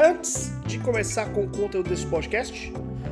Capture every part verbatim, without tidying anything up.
Antes de começar com o conteúdo desse podcast,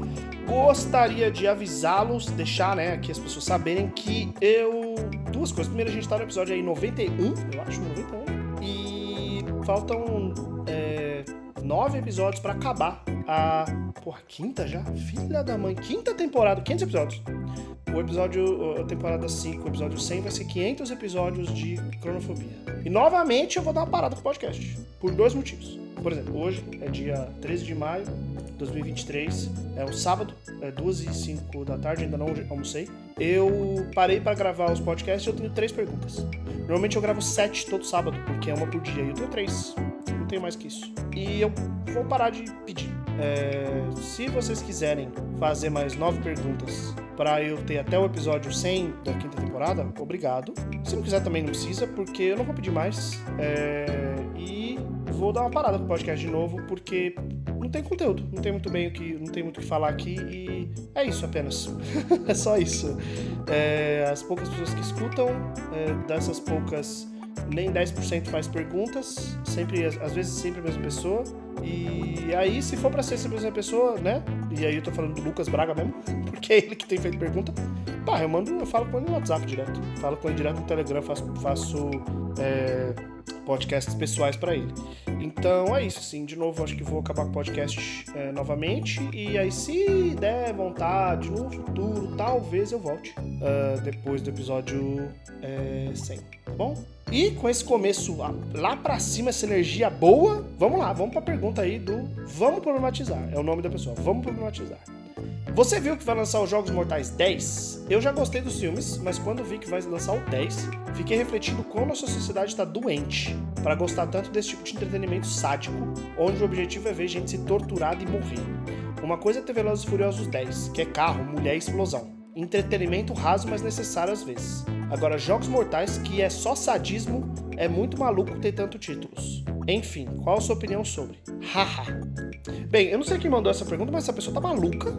gostaria de avisá-los, deixar, né, aqui as pessoas saberem que eu... Duas coisas. Primeiro, a gente tá no episódio aí noventa e um, eu acho, noventa e um. E faltam é, nove episódios pra acabar a... Porra, quinta já? Filha da mãe. Quinta temporada, quinhentos episódios. O episódio, a temporada cinco, o episódio cem vai ser quinhentos episódios de Cronofobia. E novamente eu vou dar uma parada com o podcast. Por dois motivos. Por exemplo, hoje é dia treze de maio de dois mil e vinte e três, é um sábado, é duas e cinco da tarde, ainda não almocei. Eu parei pra gravar os podcasts e eu tenho três perguntas. Normalmente eu gravo sete todo sábado, porque é uma por dia, e eu tenho três. Não tenho mais que isso. E eu vou parar de pedir. É, se vocês quiserem fazer mais nove perguntas pra eu ter até o episódio cem da quinta temporada, obrigado. Se não quiser também não precisa, porque eu não vou pedir mais. É, e vou dar uma parada com o podcast de novo, porque não tem conteúdo, não tem muito bem o que, não tem muito o que falar aqui e é isso apenas. É só isso. É, as poucas pessoas que escutam, é, dessas poucas, nem dez por cento faz perguntas, sempre, às vezes sempre a mesma pessoa. E aí, se for pra ser sempre a mesma pessoa, né? E aí eu tô falando do Lucas Braga mesmo, porque é ele que tem feito pergunta. Pá, eu mando, eu falo com ele no WhatsApp direto. Falo com ele direto no Telegram, faço, faço é, podcasts pessoais pra ele. Então é isso, assim, de novo acho que vou acabar com o podcast é, novamente. E aí, se der vontade no futuro, talvez eu volte uh, depois do episódio é, cem, tá bom? E com esse começo lá pra cima, essa energia boa, vamos lá, vamos pra pergunta aí do Vamos Problematizar, é o nome da pessoa, Vamos Problematizar. Você viu que vai lançar os Jogos Mortais dez? Eu já gostei dos filmes, mas quando vi que vai lançar o dez, fiquei refletindo como nossa sociedade está doente para gostar tanto desse tipo de entretenimento sádico, onde o objetivo é ver gente ser torturada e morrer. Uma coisa é ter Velozes e Furiosos dez, que é carro, mulher e explosão. Entretenimento raso, mas necessário às vezes. Agora, Jogos Mortais, que é só sadismo, é muito maluco ter tanto títulos. Enfim, qual a sua opinião sobre? Haha. Bem, eu não sei quem mandou essa pergunta, mas essa pessoa tá maluca.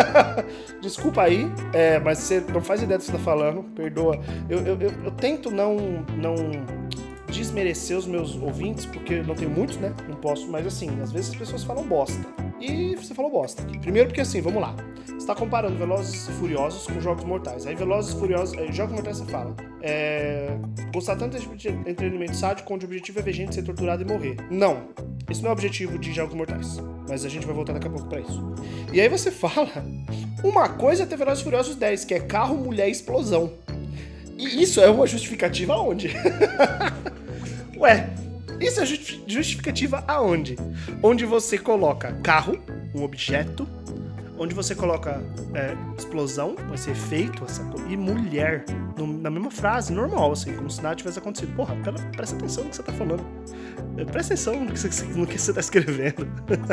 Desculpa aí, é, mas você não faz ideia do que você tá falando, perdoa. Eu, eu, eu, eu tento não, não desmerecer os meus ouvintes, porque eu não tenho muitos, né? Não posso, mas assim, às vezes as pessoas falam bosta. E você falou bosta. Primeiro porque assim, vamos lá. Você tá comparando Velozes e Furiosos com Jogos Mortais. Aí Velozes e Furiosos, aí, Jogos Mortais você fala. É, gostar tanto desse tipo de entretenimento sádico, onde o objetivo é ver gente ser torturada e morrer. Não. Esse não é o objetivo de Jogos Mortais. Mas a gente vai voltar daqui a pouco pra isso. E aí você fala, uma coisa é ter Velozes e Furiosos dez, que é carro, mulher e explosão. E isso é uma justificativa aonde? Ué, isso é justificativa aonde? Onde você coloca carro, um objeto, onde você coloca é, explosão, esse efeito, essa coisa, e mulher, no, na mesma frase, normal, assim, como se nada tivesse acontecido. Porra, pera, presta atenção no que você tá falando. Presta atenção no que você, no que você tá escrevendo.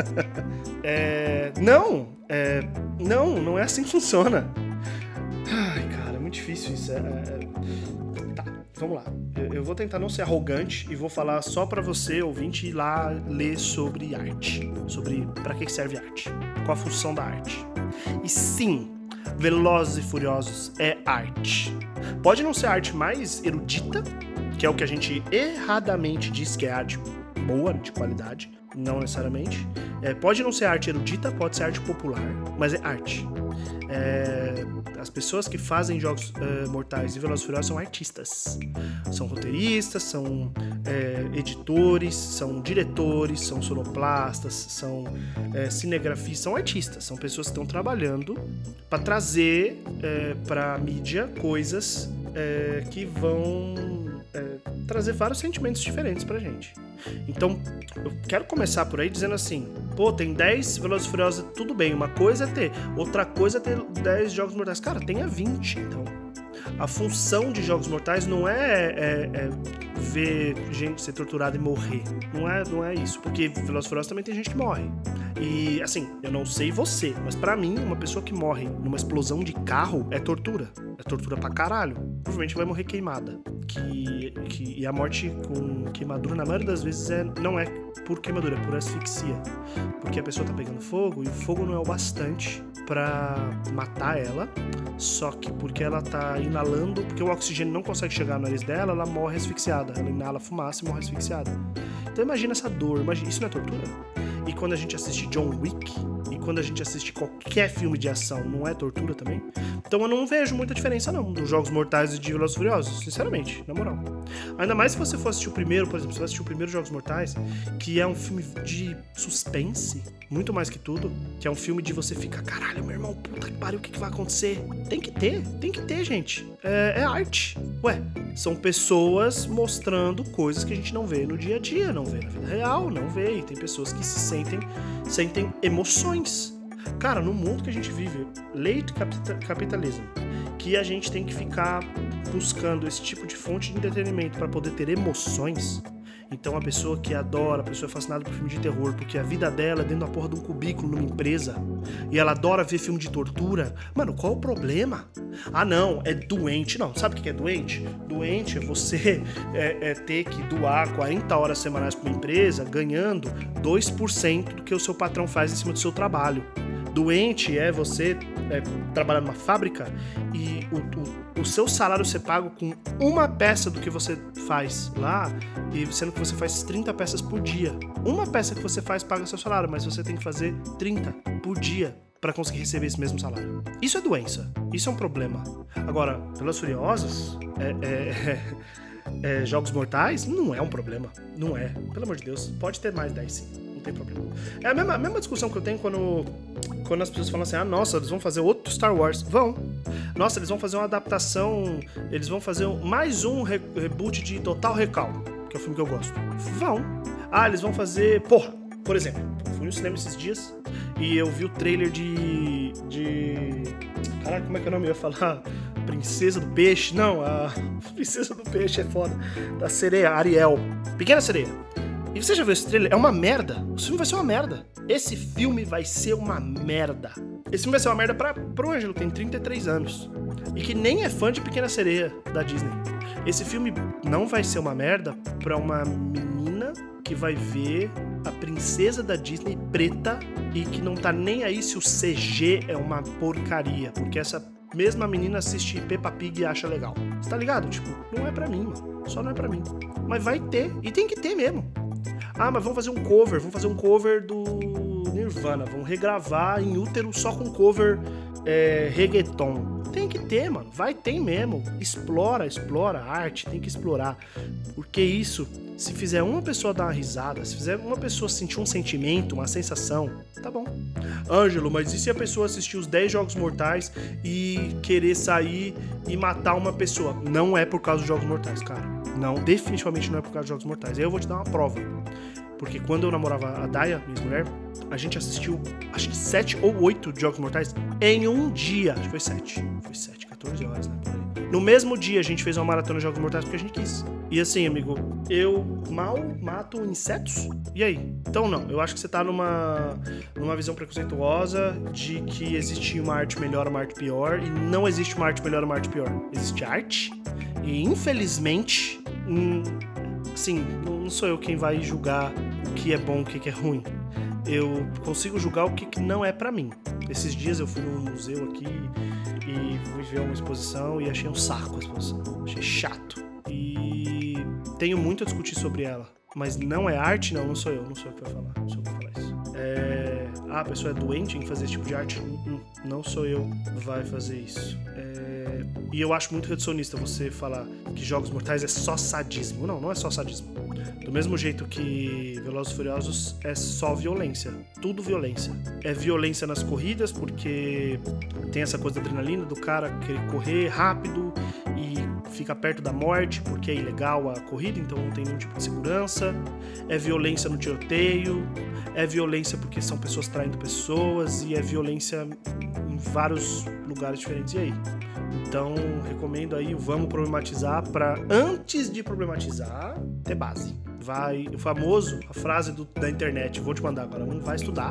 é, não, é, não, não é assim que funciona. Ai, cara, é muito difícil isso. É, é, tá, vamos lá. Eu, eu vou tentar não ser arrogante e vou falar só pra você, ouvinte, ir lá ler sobre arte. Sobre pra que serve arte. Qual a função da arte. E sim, Velozes e Furiosos é arte. Pode não ser a arte mais erudita, que é o que a gente erradamente diz que é arte boa, de qualidade, não necessariamente. É, pode não ser arte erudita, pode ser arte popular, mas é arte. É, as pessoas que fazem Jogos uh, Mortais e Velozes e Furiosos são artistas. São roteiristas, são é, editores, são diretores, são sonoplastas, são é, cinegrafistas, são artistas. São pessoas que estão trabalhando para trazer é, para a mídia coisas é, que vão é, trazer vários sentimentos diferentes pra gente. Então, eu quero começar por aí dizendo assim, pô, tem dez Velozes e Furiosos, tudo bem, uma coisa é ter, outra coisa é ter dez Jogos Mortais. Cara, tenha vinte, então. A função de Jogos Mortais não é, é, é ver gente ser torturada e morrer. Não é, não é isso, porque Velozes e Furiosos também tem gente que morre. E, assim, eu não sei você, mas pra mim, uma pessoa que morre numa explosão de carro é tortura. É tortura pra caralho. Provavelmente vai morrer queimada. Que, que, e a morte com queimadura, na maioria das vezes, é, não é por queimadura, é por asfixia. Porque a pessoa tá pegando fogo e o fogo não é o bastante pra matar ela. Só que porque ela tá inalando, porque o oxigênio não consegue chegar no nariz dela, ela morre asfixiada. Ela ela inala fumaça e morre asfixiada. Então imagina essa dor, imagina, isso não é tortura? E quando a gente assiste John Wick, e quando a gente assiste qualquer filme de ação, não é tortura também? Então eu não vejo muita diferença não, dos Jogos Mortais e de Velozes e Furiosos, sinceramente, na moral. Ainda mais se você for assistir o primeiro, por exemplo, você vai assistir o primeiro Jogos Mortais, que é um filme de suspense, muito mais que tudo, que é um filme de você ficar, caralho, meu irmão, puta que pariu, o que, que vai acontecer? Tem que ter, tem que ter, gente. É, é arte. Ué, são pessoas mostrando coisas que a gente não vê no dia a dia, não vê na vida real, não vê. E tem pessoas que se sentem, sentem emoções. Cara, no mundo que a gente vive, late capitalismo, que a gente tem que ficar buscando esse tipo de fonte de entretenimento para poder ter emoções. Então a pessoa que adora, a pessoa é fascinada por filme de terror, porque a vida dela é dentro da porra de um cubículo numa empresa, e ela adora ver filme de tortura, mano, qual o problema? Ah não, é doente. Não, sabe o que é doente? Doente é você é, é ter que doar quarenta horas semanais para uma empresa ganhando dois por cento do que o seu patrão faz em cima do seu trabalho. Doente é você é, trabalhar numa fábrica e o, o, o seu salário ser pago com uma peça do que você faz lá, e sendo que você faz trinta peças por dia. Uma peça que você faz paga seu salário, mas você tem que fazer trinta por dia para conseguir receber esse mesmo salário. Isso é doença, isso é um problema. Agora, Velozes e Furiosos, é, é, é, é, Jogos Mortais, não é um problema, não é. Pelo amor de Deus, pode ter mais dez sim. Não tem problema. É a mesma, a mesma discussão que eu tenho quando, quando as pessoas falam assim, ah, nossa, eles vão fazer outro Star Wars. Vão. Nossa, eles vão fazer uma adaptação, eles vão fazer mais um re- reboot de Total Recall, que é o filme que eu gosto. Vão. Ah, eles vão fazer... Porra, por exemplo, eu fui no cinema esses dias e eu vi o trailer de... de... Caraca, como é que é o nome? Eu ia falar... Princesa do Peixe. Não, a Princesa do Peixe é foda. Da sereia, Ariel. Pequena Sereia. E você já viu esse trailer? É uma merda. O filme vai ser uma merda. Esse filme vai ser uma merda. Esse filme vai ser uma merda pra, pro Ângelo, que tem trinta e três anos. E que nem é fã de Pequena Sereia, da Disney. Esse filme não vai ser uma merda pra uma menina que vai ver a princesa da Disney preta e que não tá nem aí se o C G é uma porcaria. Porque essa mesma menina assiste Peppa Pig e acha legal. Você tá ligado? Tipo, não é pra mim, mano. Só não é pra mim. Mas vai ter. E tem que ter mesmo. Ah, mas vamos fazer um cover, vamos fazer um cover do Nirvana, vamos regravar em útero só com cover é, reggaeton. Tem que ter, mano, vai ter mesmo. Explora, explora a arte, tem que explorar. Porque isso, se fizer uma pessoa dar uma risada, se fizer uma pessoa sentir um sentimento, uma sensação, tá bom. Ângelo, mas e se a pessoa assistir os dez Jogos Mortais e querer sair e matar uma pessoa? Não é por causa dos Jogos Mortais, cara. Não, definitivamente não é por causa dos Jogos Mortais. Aí eu vou te dar uma prova. Porque quando eu namorava a Daya, minha mulher, a gente assistiu, acho que sete ou oito Jogos Mortais em um dia. Acho que foi sete. Foi sete, quatorze horas, né? No mesmo dia a gente fez uma maratona de Jogos Mortais porque a gente quis. E assim, amigo, eu mal mato insetos? E aí? Então não, eu acho que você tá numa, numa visão preconceituosa de que existe uma arte melhor, uma arte pior, e não existe uma arte melhor, uma arte pior. Existe arte, e infelizmente, hum, assim, não sou eu quem vai julgar o que é bom, o que é ruim. Eu consigo julgar o que não é pra mim. Esses dias eu fui num museu aqui e fui ver uma exposição e achei um saco a exposição. Achei chato. E tenho muito a discutir sobre ela. Mas não é arte? Não, não sou eu. Não sou eu que vai falar. Não sou eu que vai falar isso. É... Ah, a pessoa é doente em fazer esse tipo de arte? Não, não sou eu que vai fazer isso. É... E eu acho muito reducionista você falar que Jogos Mortais é só sadismo. Não, não é só sadismo. Do mesmo jeito que Velozes e Furiosos é só violência. Tudo violência. É violência nas corridas, porque tem essa coisa da adrenalina do cara querer correr rápido e fica perto da morte, porque é ilegal a corrida, então não tem nenhum tipo de segurança. É violência no tiroteio. É violência porque são pessoas traindo pessoas. E é violência em vários lugares diferentes. E aí? Então, recomendo aí o Vamos Problematizar para, antes de problematizar, ter base. Vai, o famoso, a frase do, da internet, vou te mandar agora, um vai estudar.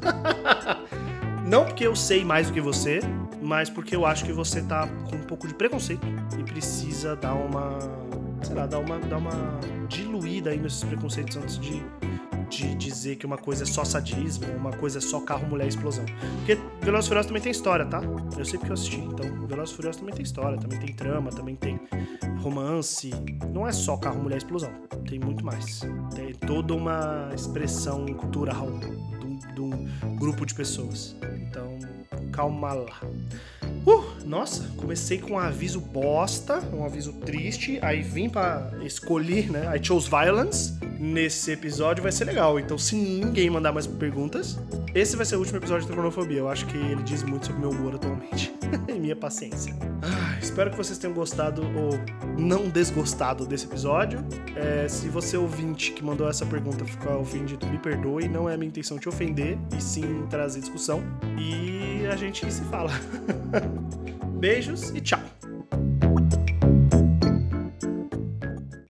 Não porque eu sei mais do que você, mas porque eu acho que você tá com um pouco de preconceito e precisa dar uma, sei lá, dar uma, dar uma diluída aí nesses preconceitos antes de, de dizer que uma coisa é só sadismo, uma coisa é só carro, mulher e explosão. Porque Velozes e Furiosos também tem história, tá? Eu sei porque eu assisti. Então, Velozes e Furiosos também tem história, também tem trama, também tem romance. Não é só carro, mulher e explosão. Tem muito mais. Tem toda uma expressão cultural de um grupo de pessoas. Então, calma lá. Uh, nossa, comecei com um aviso bosta, um aviso triste, aí vim pra escolher, né? I chose violence. Nesse episódio vai ser legal. Então, se ninguém mandar mais perguntas, esse vai ser o último episódio de Tecnofobia. Eu acho que ele diz muito sobre o meu humor atualmente e minha paciência. Ah, espero que vocês tenham gostado ou não desgostado desse episódio. É, se você ouvinte que mandou essa pergunta ficar ofendido, me perdoe. Não é a minha intenção te ofender, e sim trazer discussão. E a gente se fala. Beijos e tchau!